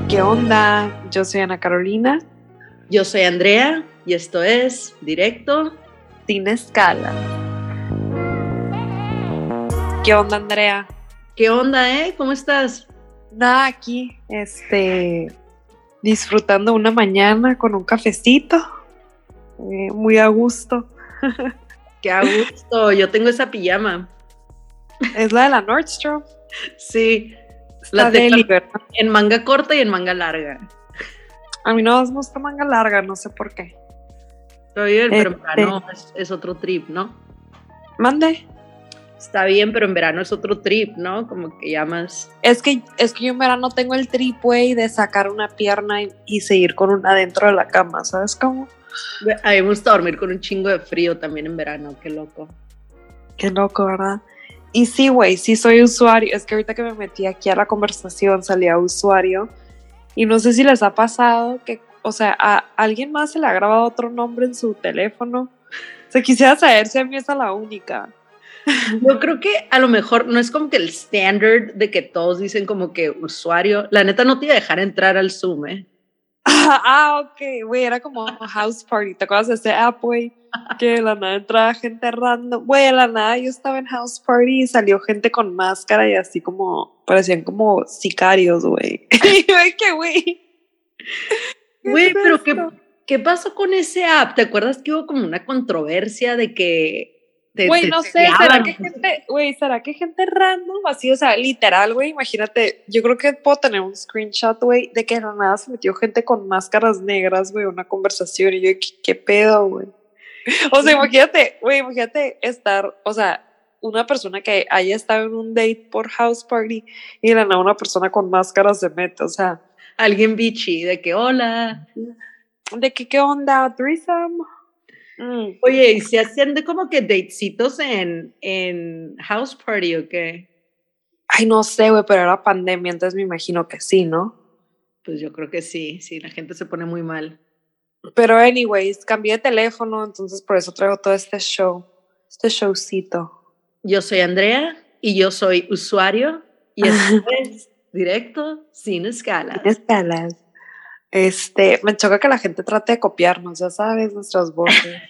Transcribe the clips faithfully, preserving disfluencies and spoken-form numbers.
¿Qué onda? Yo soy Ana Carolina. Yo soy Andrea y esto es Directo Sin Escala. ¿Qué onda, Andrea? ¿Qué onda, eh? ¿Cómo estás? Nada, aquí, este, disfrutando una mañana con un cafecito, eh, muy a gusto. Qué a gusto, yo tengo esa pijama. Es la de la Nordstrom. Sí, Está la deli, tengo ¿verdad? en manga corta y en manga larga. A mí no me gusta manga larga, no sé por qué. Está bien, pero en Este- verano es, es otro trip, ¿no? Mande. Está bien, pero en verano es otro trip, ¿no? Como que ya más... Es que, es que yo en verano tengo el trip, güey, de sacar una pierna y, y seguir con una dentro de la cama, ¿sabes cómo? A mí me gusta dormir con un chingo de frío también en verano, qué loco. Qué loco, ¿verdad? Y sí, güey, sí soy usuario. Es que ahorita que me metí aquí a la conversación salía usuario. Y no sé si les ha pasado que, o sea, a alguien más se le ha grabado otro nombre en su teléfono. O sea, quisiera saber si a mí esa es la única. Yo creo que a lo mejor no es como que el standard de que todos dicen como que usuario. La neta no te iba a dejar entrar al Zoom, ¿eh? Ah, ok, güey, era como House Party. ¿Te acuerdas de ese app, güey? Que de la nada entraba gente random. Güey, de la nada yo estaba en House Party y salió gente con máscara y así como, parecían como sicarios, güey. Y yo, ay, qué güey. ¿Qué Güey, es pero ¿qué, esto? qué pasó con ese app? ¿Te acuerdas que hubo como una controversia de que te, Güey, te no sé, ¿será espiaban? que gente, güey, será que gente random, así, o sea, literal, güey, imagínate, yo creo que puedo tener un screenshot, güey, de que de la nada se metió gente con máscaras negras, güey, una conversación, y yo, ¿qué, qué pedo, güey? O sea, imagínate, güey, imagínate estar, o sea, una persona que haya estado en un date por house party y de la nada una persona con máscaras se mete, o sea, Alguien bichi, de que hola. ¿de qué, qué onda, threesome? Mm. Oye, ¿y se hacían de como que datecitos en, en House Party o qué? Ay, no sé, güey, pero era pandemia, entonces me imagino que sí, ¿no? Pues yo creo que sí, sí, la gente se pone muy mal. Pero anyways, cambié de teléfono, entonces por eso traigo todo este show, este showcito. Yo soy Andrea y yo soy usuario y esto es Directo Sin Escalas. Escalas. Este, me choca que la gente trate de copiarnos, ya sabes, nuestras voces.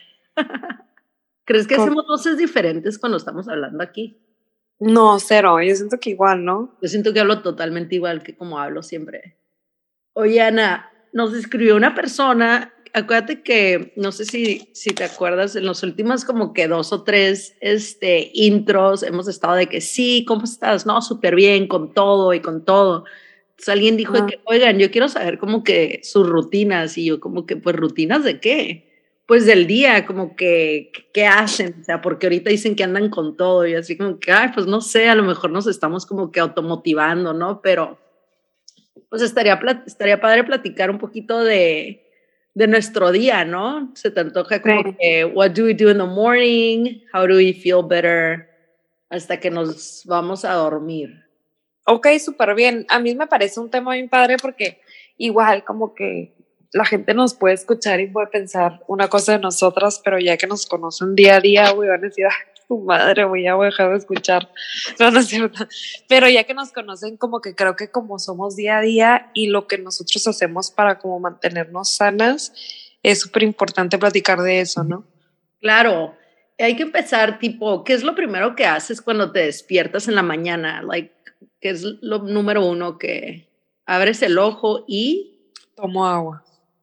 ¿Crees que Con- hacemos voces diferentes cuando estamos hablando aquí? No, cero, yo siento que igual, ¿no? Yo siento que hablo totalmente igual que como hablo siempre. Oye, Ana, nos escribió una persona, acuérdate que, no sé si, si te acuerdas, en los últimos como que dos o tres este, intros hemos estado de que sí, ¿cómo estás? No, súper bien, con todo y con todo. Entonces alguien dijo de Ajá. que, oigan, yo quiero saber como que sus rutinas, y yo como que, pues, ¿rutinas de qué? Pues del día, como que, ¿qué hacen? O sea, porque ahorita dicen que andan con todo y así como que, ay, pues no sé, a lo mejor nos estamos como que automotivando, ¿no? Pero pues estaría, estaría padre platicar un poquito de, de nuestro día, ¿no? Se te antoja como Sí. que, what do we do in the morning? How do we feel better? Hasta que nos vamos a dormir. Ok, súper bien. A mí me parece un tema bien padre porque igual como que la gente nos puede escuchar y puede pensar una cosa de nosotras, pero ya que nos conocen día a día, güey, van a decir, ay, tu madre, güey, ya voy a dejar de escuchar. No, no es cierto. Pero ya que nos conocen, como que creo que como somos día a día y lo que nosotros hacemos para como mantenernos sanas, es súper importante platicar de eso, ¿no? Claro, hay que empezar tipo, ¿qué es lo primero que haces cuando te despiertas en la mañana? Like, ¿qué es lo número uno que abres el ojo y... Tomo agua.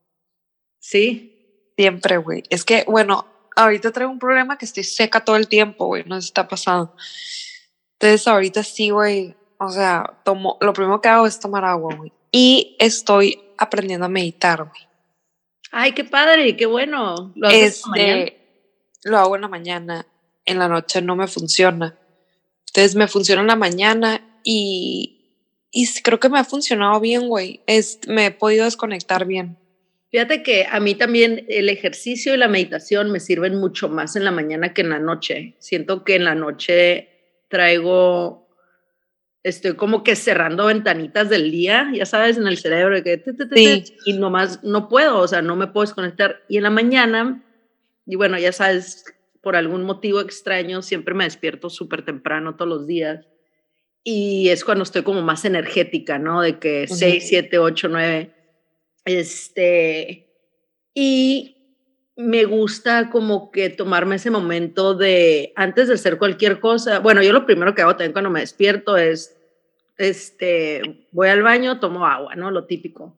Sí. Siempre, güey. Es que, bueno, ahorita traigo un problema que estoy seca todo el tiempo, güey. No sé si está pasando. Entonces, ahorita sí, güey. O sea, tomo, lo primero que hago es tomar agua, güey. Y estoy aprendiendo a meditar, güey. Ay, qué padre, qué bueno. ¿Lo haces por la mañana? Este, lo hago en la mañana. En la noche no me funciona. Entonces, me funciona en la mañana y, y sí, creo que me ha funcionado bien, güey. Es, me he podido desconectar bien. Fíjate que a mí también el ejercicio y la meditación me sirven mucho más en la mañana que en la noche. Siento que en la noche traigo, estoy como que cerrando ventanitas del día, ya sabes, en el cerebro, que te, te, te, Sí. te, y nomás no puedo, o sea, no me puedo desconectar. Y en la mañana, y bueno, ya sabes, por algún motivo extraño, siempre me despierto súper temprano todos los días. y es cuando estoy como más energética, ¿no? De que uh-huh. seis, siete, ocho, nueve. Este, y me gusta como que tomarme ese momento de, antes de hacer cualquier cosa, bueno, yo lo primero que hago también cuando me despierto es, este, voy al baño, tomo agua, ¿no? Lo típico.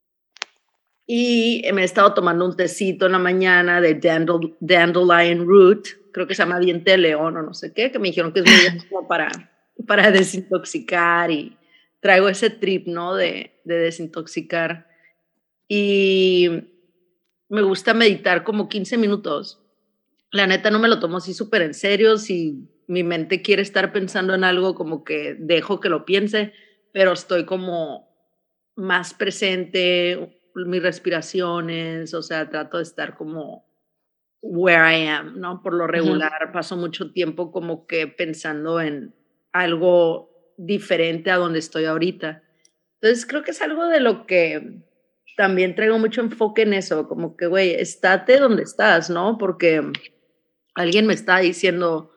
Y me he estado tomando un tecito en la mañana de dandel, dandelion root, creo que se llama diente de león o no sé qué, que me dijeron que es muy bueno como para, para desintoxicar, y traigo ese trip, ¿no? De, de desintoxicar. Y me gusta meditar como quince minutos. La neta no me lo tomo así súper en serio. Si mi mente quiere estar pensando en algo, como que dejo que lo piense, pero estoy como más presente, mis respiraciones, o sea, trato de estar como where I am, ¿no? Por lo regular, uh-huh. paso mucho tiempo como que pensando en algo diferente a donde estoy ahorita. Entonces creo que es algo de lo que también traigo mucho enfoque en eso, como que, güey, estate donde estás, ¿no? Porque alguien me está diciendo,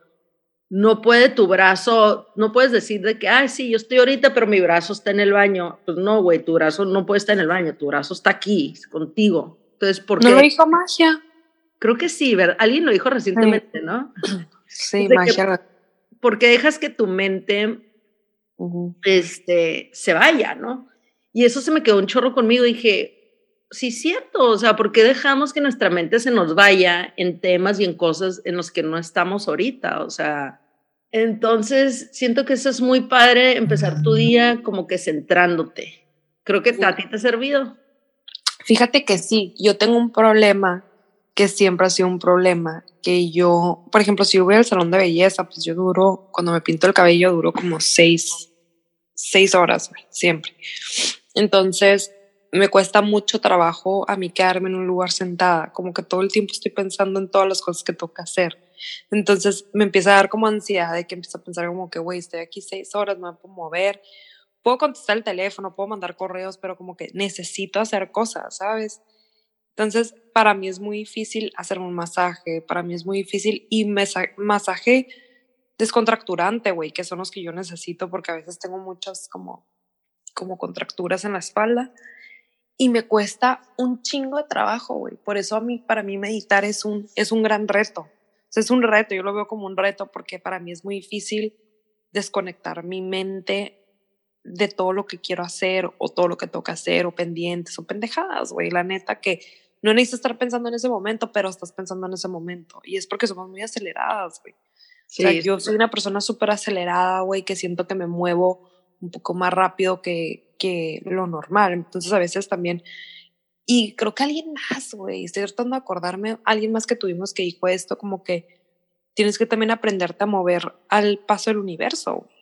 no puede tu brazo, no puedes decir de que, ay, sí, yo estoy ahorita, pero mi brazo está en el baño. Pues no, güey, tu brazo no puede estar en el baño, tu brazo está aquí, contigo. Entonces, ¿por qué? ¿No lo dijo Magia? Creo que sí, ¿verdad? Alguien lo dijo recientemente, sí. ¿no? Sí, Magia. Que, porque dejas que tu mente uh-huh. este, se vaya, ¿no? Y eso se me quedó un chorro conmigo. Dije, sí, cierto, o sea, ¿por qué dejamos que nuestra mente se nos vaya en temas y en cosas en los que no estamos ahorita? O sea, entonces siento que eso es muy padre, empezar tu día como que centrándote. Creo que a ti te ha servido. Fíjate que sí, yo tengo un problema que siempre ha sido un problema, que yo, por ejemplo, si yo voy al salón de belleza, pues yo duro, cuando me pinto el cabello, duro como seis, seis horas, siempre. Entonces, me cuesta mucho trabajo a mí quedarme en un lugar sentada, como que todo el tiempo estoy pensando en todas las cosas que tengo que hacer. Entonces, me empieza a dar como ansiedad de que empiezo a pensar como que, güey, estoy aquí seis horas, me puedo mover, puedo contestar el teléfono, puedo mandar correos, pero como que necesito hacer cosas, ¿sabes? Entonces, para mí es muy difícil hacerme un masaje, para mí es muy difícil, y mesa- masaje descontracturante, güey, que son los que yo necesito, porque a veces tengo muchas como, como contracturas en la espalda, y me cuesta un chingo de trabajo, güey. Por eso a mí, para mí meditar es un, es un gran reto. O sea, es un reto, yo lo veo como un reto, porque para mí es muy difícil desconectar mi mente de todo lo que quiero hacer, o todo lo que tengo que hacer, o pendientes, o pendejadas, güey. La neta que no necesitas estar pensando en ese momento, pero estás pensando en ese momento. Y es porque somos muy aceleradas, güey. Sí, o sea, yo soy una persona súper acelerada, güey, que siento que me muevo un poco más rápido que, que lo normal. Entonces a veces también, y creo que alguien más, güey, estoy tratando de acordarme, alguien más que tuvimos que dijo esto, como que tienes que también aprenderte a mover al paso del universo, güey.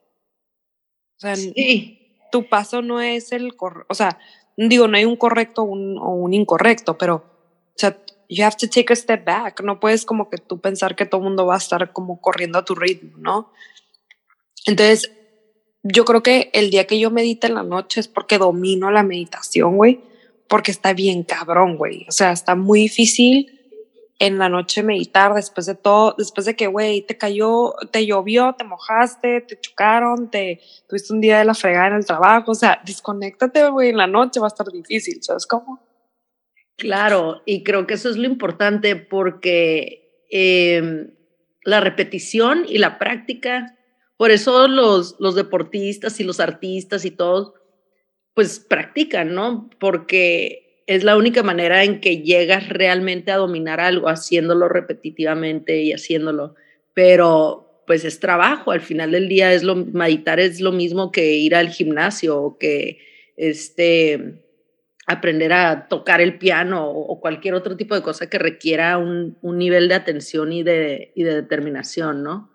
O sea, sí. Tu paso no es el correcto, o sea, digo, no hay un correcto un, o un incorrecto, pero, o sea, you have to take a step back. No puedes como que tú pensar que todo el mundo va a estar como corriendo a tu ritmo, ¿no? Entonces, yo creo que el día que yo medite en la noche es porque domino la meditación, güey, porque está bien cabrón, güey. O sea, está muy difícil en la noche meditar después de todo, después de que, güey, te cayó, te llovió, te mojaste, te chocaron, te tuviste un día de la fregada en el trabajo. O sea, desconéctate, güey, en la noche va a estar difícil, ¿sabes cómo? Claro, y creo que eso es lo importante, porque eh, la repetición y la práctica, por eso los, los deportistas y los artistas y todos, pues practican, ¿no? Porque es la única manera en que llegas realmente a dominar algo, haciéndolo repetitivamente y haciéndolo. Pero pues es trabajo, al final del día es lo, meditar es lo mismo que ir al gimnasio o que este, aprender a tocar el piano o, o cualquier otro tipo de cosa que requiera un, un nivel de atención y de, y de determinación, ¿no?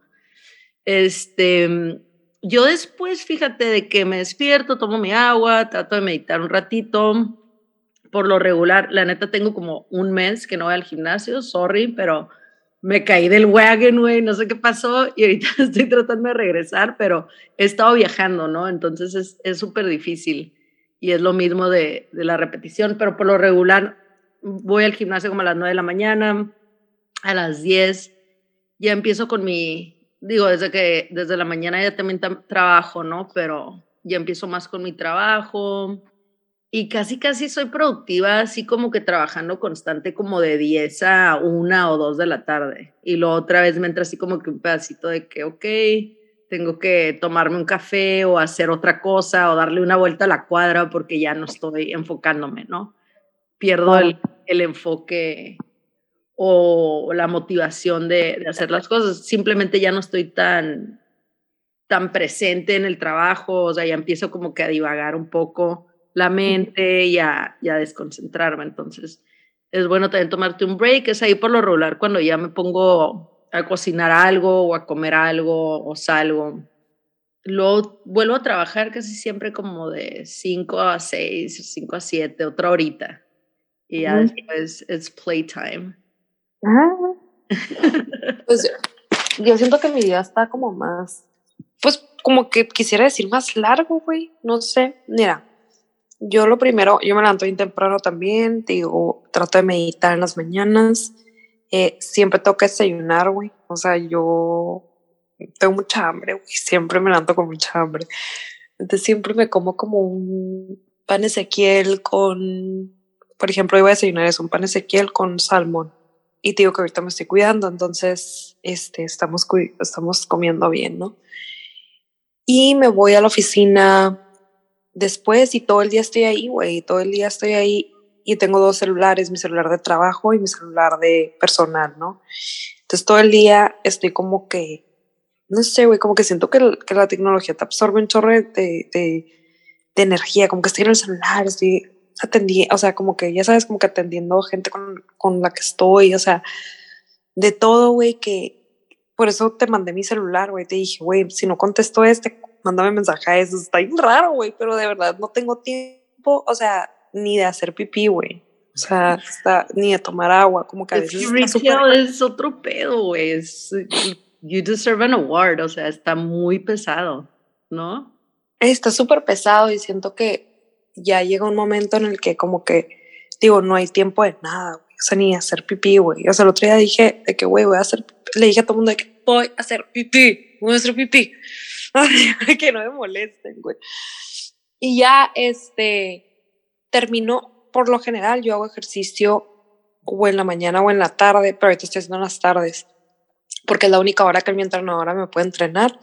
Este... Yo después, fíjate, de que me despierto, tomo mi agua, trato de meditar un ratito. Por lo regular, la neta, tengo como un mes que no voy al gimnasio, sorry, pero me caí del wagon, güey, no sé qué pasó, y ahorita estoy tratando de regresar, pero he estado viajando, ¿no? Entonces es súper difícil, y es lo mismo de, de la repetición, pero por lo regular voy al gimnasio como a las nueve de la mañana, a las diez ya empiezo con mi digo, desde que desde la mañana ya también tam- trabajo, ¿no? Pero ya empiezo más con mi trabajo y casi, casi soy productiva, así como que trabajando constante como de diez a una o dos de la tarde. Y luego otra vez me entra así como que un pedacito de que, ok, tengo que tomarme un café o hacer otra cosa o darle una vuelta a la cuadra porque ya no estoy enfocándome, ¿no? Pierdo el, Claro. el enfoque o la motivación de, de hacer las cosas. Simplemente ya no estoy tan, tan presente en el trabajo, o sea, ya empiezo como que a divagar un poco la mente y a, y a desconcentrarme. Entonces, es bueno también tomarte un break. Es ahí por lo regular cuando ya me pongo a cocinar algo o a comer algo o salgo. Luego vuelvo a trabajar casi siempre como de cinco a seis, cinco a siete, otra horita. Y ya Ujú. después es playtime. Ah, pues yo siento que mi día está como más, pues como que quisiera decir más largo, güey, no sé, mira, yo lo primero, yo me levanto bien temprano también, te digo, trato de meditar en las mañanas, eh, siempre tengo que desayunar, güey, o sea, yo tengo mucha hambre, güey, siempre me levanto con mucha hambre, entonces siempre me como como un pan Ezequiel con, por ejemplo, iba a desayunar es un pan Ezequiel con salmón. Y te digo que ahorita me estoy cuidando, entonces este, estamos, estamos comiendo bien, ¿no? Y me voy a la oficina después y todo el día estoy ahí, güey, todo el día estoy ahí y tengo dos celulares, mi celular de trabajo y mi celular de personal, ¿no? Entonces todo el día estoy como que, no sé, güey, como que siento que, que la tecnología te absorbe un chorro de, de, de energía, como que estoy en el celular, estoy atendiendo, o sea, como que ya sabes, como que atendiendo gente con, con la que estoy, o sea, de todo, güey, que por eso te mandé mi celular, güey, te dije, güey, si no contesto este, mándame mensaje a eso, está bien raro, güey, pero de verdad no tengo tiempo, o sea, ni de hacer pipí, güey, o sea, está, ni de tomar agua, como que a Es veces que está súper... retail es otro pedo, güey. Es, you deserve an award, o sea, está muy pesado, ¿no? Está súper pesado y siento que ya llega un momento en el que como que, digo, no hay tiempo de nada, güey. O sea, ni hacer pipí, güey. O sea, el otro día dije de que, güey, voy a hacer, le dije a todo el mundo de que voy a hacer pipí, voy a hacer pipí. Que no me molesten, güey. Y ya, este, terminó, por lo general, yo hago ejercicio o en la mañana o en la tarde, pero ahorita estoy haciendo en las tardes, porque es la única hora que mi entrenadora me puede entrenar.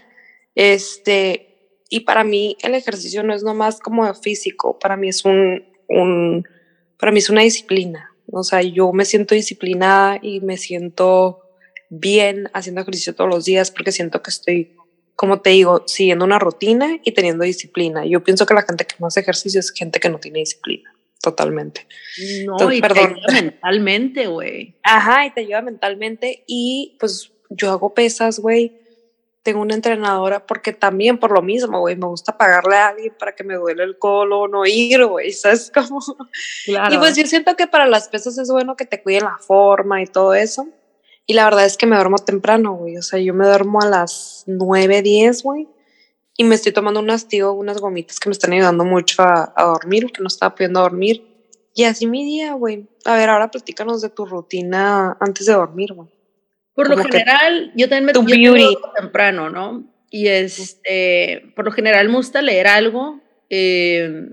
Este, y para mí el ejercicio no es nomás como físico, para mí es un, un, para mí es una disciplina. O sea, yo me siento disciplinada y me siento bien haciendo ejercicio todos los días porque siento que estoy, como te digo, siguiendo una rutina y teniendo disciplina. Yo pienso que la gente que no hace ejercicio es gente que no tiene disciplina, totalmente. No, Entonces, y te perdón. ayuda mentalmente, güey. Ajá, y te ayuda mentalmente y pues yo hago pesas, güey. Tengo una entrenadora porque también por lo mismo, güey, me gusta pagarle a alguien para que me duele el colon, no ir, güey, ¿sabes cómo? Y pues Claro. yo siento que para las pesas es bueno que te cuiden la forma y todo eso. Y la verdad es que me duermo temprano, güey, o sea, yo me duermo a las nueve, diez, güey, y me estoy tomando un hastío, unas gomitas que me están ayudando mucho a, a dormir, que no estaba pudiendo dormir. Y así mi día, güey. A ver, ahora platícanos de tu rutina antes de dormir, güey. Por lo Como que general, yo también, me, tu yo también me beauty. duermo temprano, ¿no? Y este, por lo general me gusta leer algo. Eh,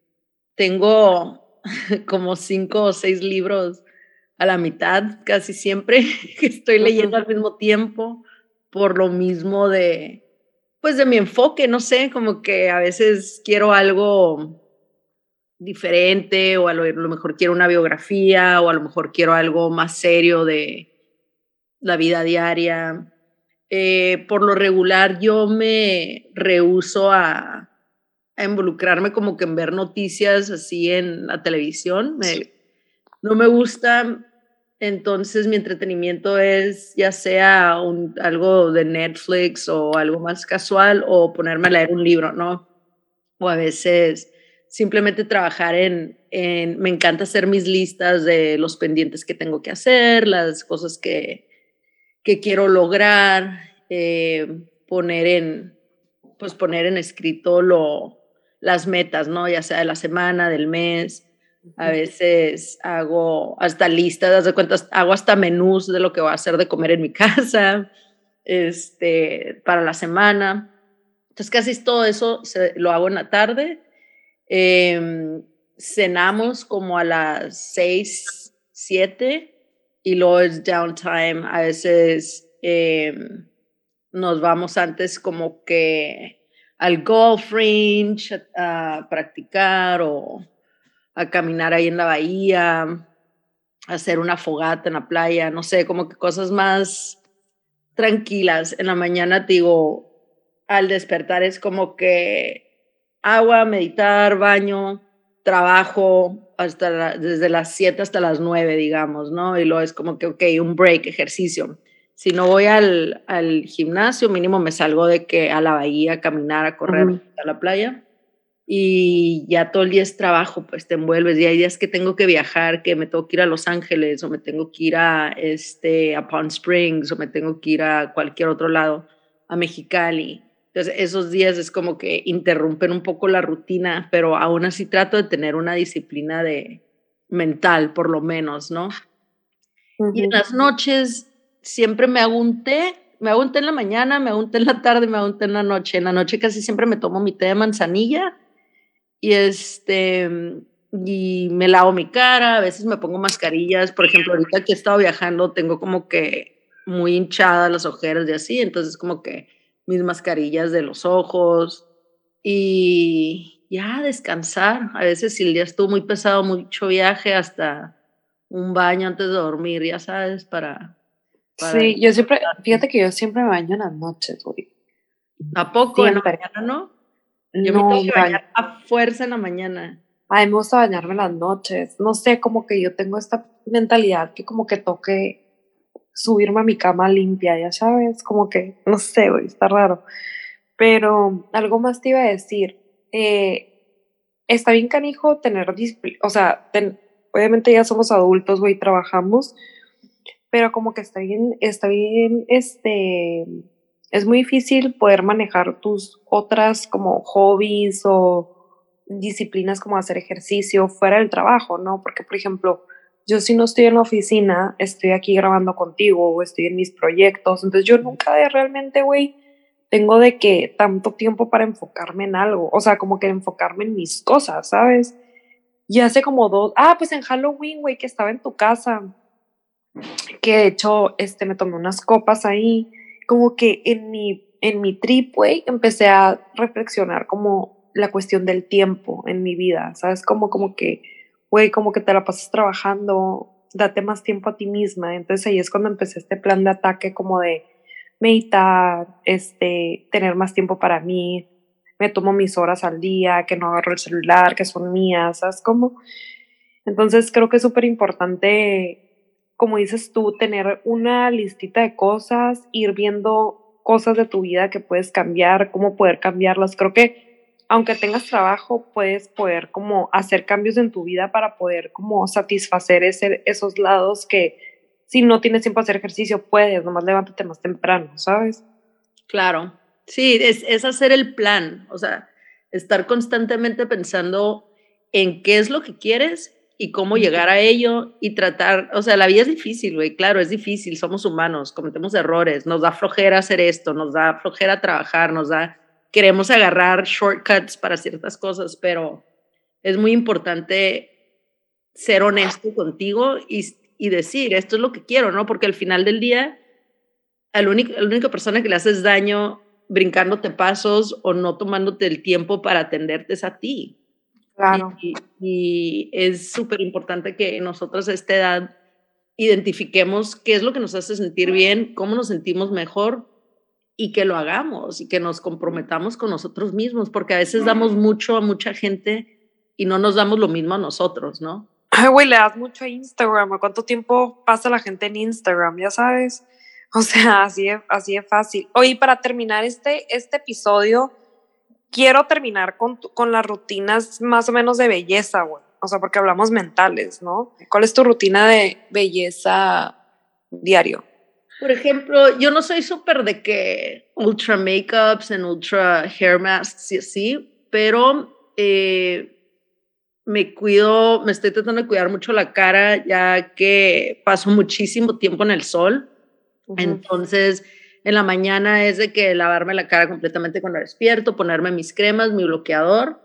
tengo como cinco o seis libros a la mitad, casi siempre, que estoy leyendo al mismo tiempo, por lo mismo de, pues de mi enfoque, no sé, como que a veces quiero algo diferente o a lo, a lo mejor quiero una biografía o a lo mejor quiero algo más serio de la vida diaria. Eh, por lo regular yo me rehúso a, a involucrarme como que en ver noticias así en la televisión. Me, no me gusta, entonces mi entretenimiento es ya sea un, algo de Netflix o algo más casual o ponerme a leer un libro, ¿no? O a veces simplemente trabajar en, en, me encanta hacer mis listas de los pendientes que tengo que hacer, las cosas que, que quiero lograr, eh, poner en, pues poner en escrito lo, las metas, ¿no? Ya sea de la semana, del mes. A veces hago hasta listas, de cuentas, hago hasta menús de lo que voy a hacer de comer en mi casa. este, para la semana. Entonces casi todo eso se, lo hago en la tarde. Eh, cenamos como a las seis, siete y luego es downtime. A veces eh, nos vamos antes como que al golf range a, a practicar o a caminar ahí en la bahía, a hacer una fogata en la playa, no sé, como que cosas más tranquilas. En la mañana, te digo, al despertar es como que agua, meditar, baño, trabajo, hasta la, desde las siete hasta las nueve, digamos, ¿no? Y luego es como que, ok, un break, ejercicio. Si no voy al, al gimnasio, mínimo me salgo de que a la bahía, a caminar, a correr, uh-huh. a la playa. Y ya todo el día es trabajo, pues te envuelves. Y hay días que tengo que viajar, que me tengo que ir a Los Ángeles o me tengo que ir a, este, a Palm Springs o me tengo que ir a cualquier otro lado, a Mexicali. Entonces esos días es como que interrumpen un poco la rutina, pero aún así trato de tener una disciplina de, mental, por lo menos, ¿no? Uh-huh. Y en las noches siempre me hago un té. Me hago un té en la mañana, me hago un té en la tarde, me hago un té en la noche. En la noche casi siempre me tomo mi té de manzanilla. Y, este, y me lavo mi cara, a veces me pongo mascarillas. Por ejemplo, ahorita que he estado viajando, tengo como que muy hinchadas las ojeras y así, entonces como que mis mascarillas de los ojos y ya descansar. A veces si el día estuvo muy pesado, mucho viaje, hasta un baño antes de dormir, ya sabes, para... para sí, yo siempre, fíjate que yo siempre me baño en las noches, güey. ¿A poco? Siempre. ¿En la mañana no? Yo no, me tengo que bañar a fuerza en la mañana. Ay, me gusta bañarme en las noches. No sé, como que yo tengo esta mentalidad que como que toque subirme a mi cama limpia, ya sabes, como que, no sé, güey, está raro. Pero algo más te iba a decir. Eh, está bien canijo tener disciplina, o sea, ten, obviamente ya somos adultos, güey, trabajamos, pero como que está bien, está bien, este... es muy difícil poder manejar tus otras como hobbies o disciplinas como hacer ejercicio fuera del trabajo, ¿no? Porque, por ejemplo, yo si no estoy en la oficina, estoy aquí grabando contigo o estoy en mis proyectos, entonces yo nunca de realmente, güey, tengo de que tanto tiempo para enfocarme en algo, o sea, como que enfocarme en mis cosas, ¿sabes? Y hace como dos, ah, pues en Halloween, güey, que estaba en tu casa, que de hecho, este, me tomé unas copas ahí, como que en mi, en mi trip, güey, empecé a reflexionar como la cuestión del tiempo en mi vida, ¿sabes? Como, como que, güey, como que te la pasas trabajando, date más tiempo a ti misma. Entonces ahí es cuando empecé este plan de ataque como de meditar, este, tener más tiempo para mí, me tomo mis horas al día, que no agarro el celular, que son mías, ¿sabes cómo? Entonces creo que es súper importante, como dices tú, tener una listita de cosas, ir viendo cosas de tu vida que puedes cambiar, cómo poder cambiarlas. Creo que aunque tengas trabajo, puedes poder como hacer cambios en tu vida para poder como satisfacer ese, esos lados que si no tienes tiempo a hacer ejercicio, puedes, nomás levántate más temprano, ¿sabes? Claro, sí, es, es hacer el plan, o sea, estar constantemente pensando en qué es lo que quieres y cómo llegar a ello y tratar, o sea, la vida es difícil, güey, claro, es difícil, somos humanos, cometemos errores, nos da flojera hacer esto, nos da flojera trabajar, nos da, queremos agarrar shortcuts para ciertas cosas, pero es muy importante ser honesto contigo y, y decir, esto es lo que quiero, ¿no? Porque al final del día, al único, a la única persona que le haces daño brincándote pasos o no tomándote el tiempo para atenderte es a ti. Claro. Y, y es súper importante que nosotros a esta edad identifiquemos qué es lo que nos hace sentir bien, cómo nos sentimos mejor y que lo hagamos y que nos comprometamos con nosotros mismos, porque a veces damos mucho a mucha gente y no nos damos lo mismo a nosotros, ¿no? Ay, güey, le das mucho a Instagram. ¿A cuánto tiempo pasa la gente en Instagram? Ya sabes. O sea, así de, así de fácil. Oye, para terminar este, este episodio, quiero terminar con, con las rutinas más o menos de belleza, güey. O sea, porque hablamos mentales, ¿no? ¿Cuál es tu rutina de belleza diario? Por ejemplo, yo no soy súper de que ultra makeups en ultra hair masks y así, pero eh, me cuido, me estoy tratando de cuidar mucho la cara ya que paso muchísimo tiempo en el sol. Uh-huh. Entonces, En la mañana es de que lavarme la cara completamente cuando despierto, ponerme mis cremas, mi bloqueador.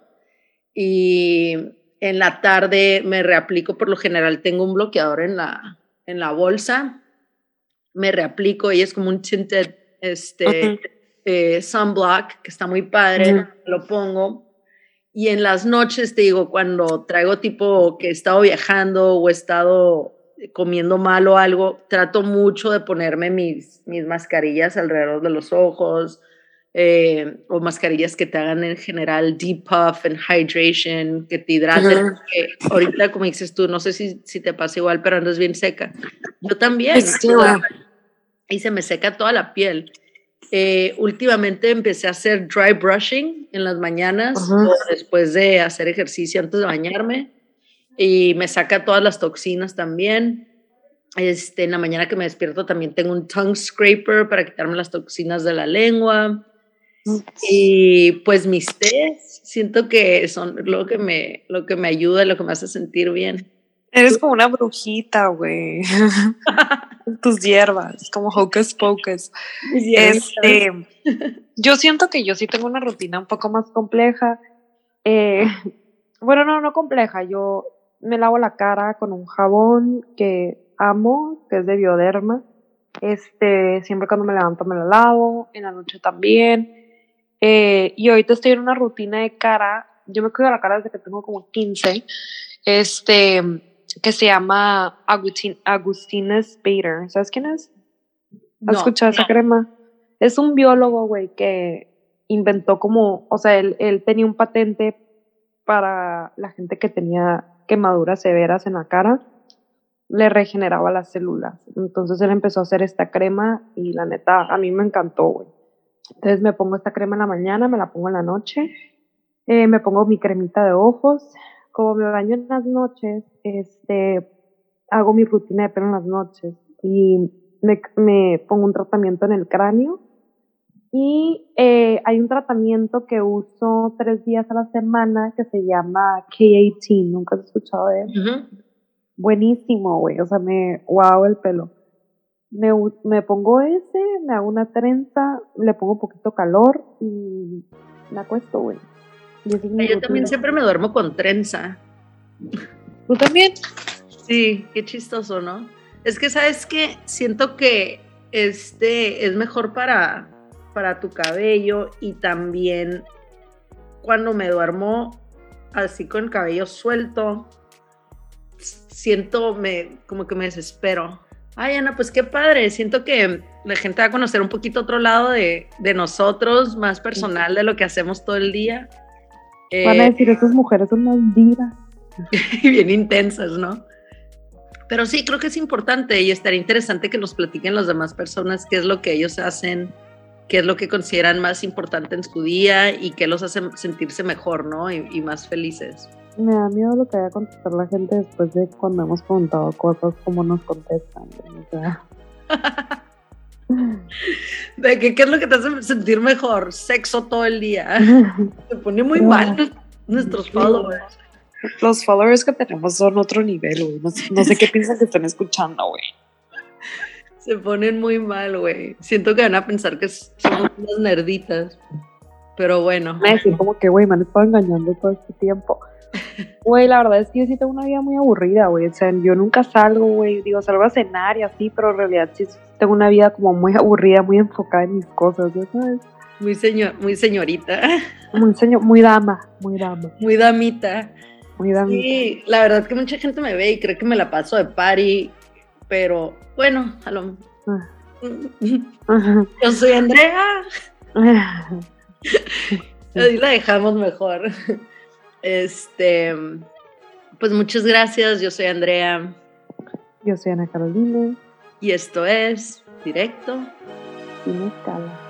Y en la tarde me reaplico, por lo general tengo un bloqueador en la, en la bolsa. Me reaplico y es como un tinted este, uh-huh. eh, sunblock, que está muy padre, uh-huh. lo pongo. Y en las noches, te digo, cuando traigo tipo que he estado viajando o he estado comiendo mal o algo, trato mucho de ponerme mis, mis mascarillas alrededor de los ojos, eh, o mascarillas que te hagan en general deep puff and hydration, que te hidraten. Uh-huh. Que ahorita, como dices tú, no sé si, si te pasa igual, pero andas bien seca. Yo también. Sí, bueno. Y se me seca toda la piel. Eh, últimamente empecé a hacer dry brushing en las mañanas, uh-huh. o después de hacer ejercicio antes de bañarme, y me saca todas las toxinas también. Este, en la mañana que me despierto también tengo un tongue scraper para quitarme las toxinas de la lengua. Uh-huh. Y pues mis tés siento que son lo que me, lo que me ayuda, lo que me hace sentir bien. Eres como una brujita, güey. Tus hierbas, como hocus pocus. Este, yo siento que yo sí tengo una rutina un poco más compleja. Eh, bueno, no, no compleja. Yo me lavo la cara con un jabón que amo, que es de Bioderma. Este, siempre cuando me levanto me la lavo, en la noche también. Eh, y ahorita estoy en una rutina de cara. Yo me cuido la cara desde que tengo como quince. Este... que se llama Agustin, Agustina Spader. ¿Sabes quién es? ¿Has no, escuchado esa no. crema? Es un biólogo, güey, que inventó como, o sea, él, él tenía un patente para la gente que tenía quemaduras severas en la cara, le regeneraba las células. Entonces él empezó a hacer esta crema y la neta, a mí me encantó, güey. Entonces me pongo esta crema en la mañana, me la pongo en la noche, eh, me pongo mi cremita de ojos. Como me baño en las noches, este, hago mi rutina de pelo en las noches y me, me pongo un tratamiento en el cráneo y eh, hay un tratamiento que uso tres días a la semana que se llama K dieciocho, ¿nunca has escuchado de él? Uh-huh. Buenísimo, güey, o sea, me wow el pelo. Me, me pongo ese, me hago una trenza, le pongo un poquito calor y me acuesto, güey. Yo rutina. También siempre me duermo con trenza. ¿Tú también? Sí, qué chistoso, ¿no? Es que, ¿sabes qué? Siento que este es mejor para, para tu cabello y también cuando me duermo así con el cabello suelto, siento me, como que me desespero. Ay, Ana, pues qué padre. Siento que la gente va a conocer un poquito otro lado de, de nosotros, más personal de lo que hacemos todo el día. Van a decir, eh, esas mujeres son más divas. Bien intensas, ¿no? Pero sí, creo que es importante y estaría interesante que nos platiquen las demás personas qué es lo que ellos hacen, qué es lo que consideran más importante en su día y qué los hace sentirse mejor, ¿no? Y, y más felices. Me da miedo lo que vaya a contestar la gente después de cuando hemos preguntado cosas, cómo nos contestan. O sea. ¿De qué, qué es lo que te hace sentir mejor? Sexo todo el día. Se pone muy mal nuestros followers. Los followers que tenemos son otro nivel, güey. No, no sé qué piensan que están escuchando, güey. Se ponen muy mal, güey. Siento que van a pensar que somos unas nerditas. Pero bueno. Me decir como que, güey, me han estado engañando todo este tiempo. Güey, la verdad es que yo sí tengo una vida muy aburrida, güey. O sea, yo nunca salgo, güey. Digo, salgo a cenar y así, pero en realidad sí tengo una vida como muy aburrida, muy enfocada en mis cosas, ¿ya sabes? Muy señor, muy señorita. Muy señor, muy dama, muy dama. Muy damita. Muy damita. Sí, la verdad que mucha gente me ve y cree que me la paso de party, pero bueno, a lo... Uh-huh. Yo soy Andrea. Ahí la dejamos mejor. Este, pues muchas gracias. Yo soy Andrea. Yo soy Ana Carolina. Y esto es Directo Sin Escala.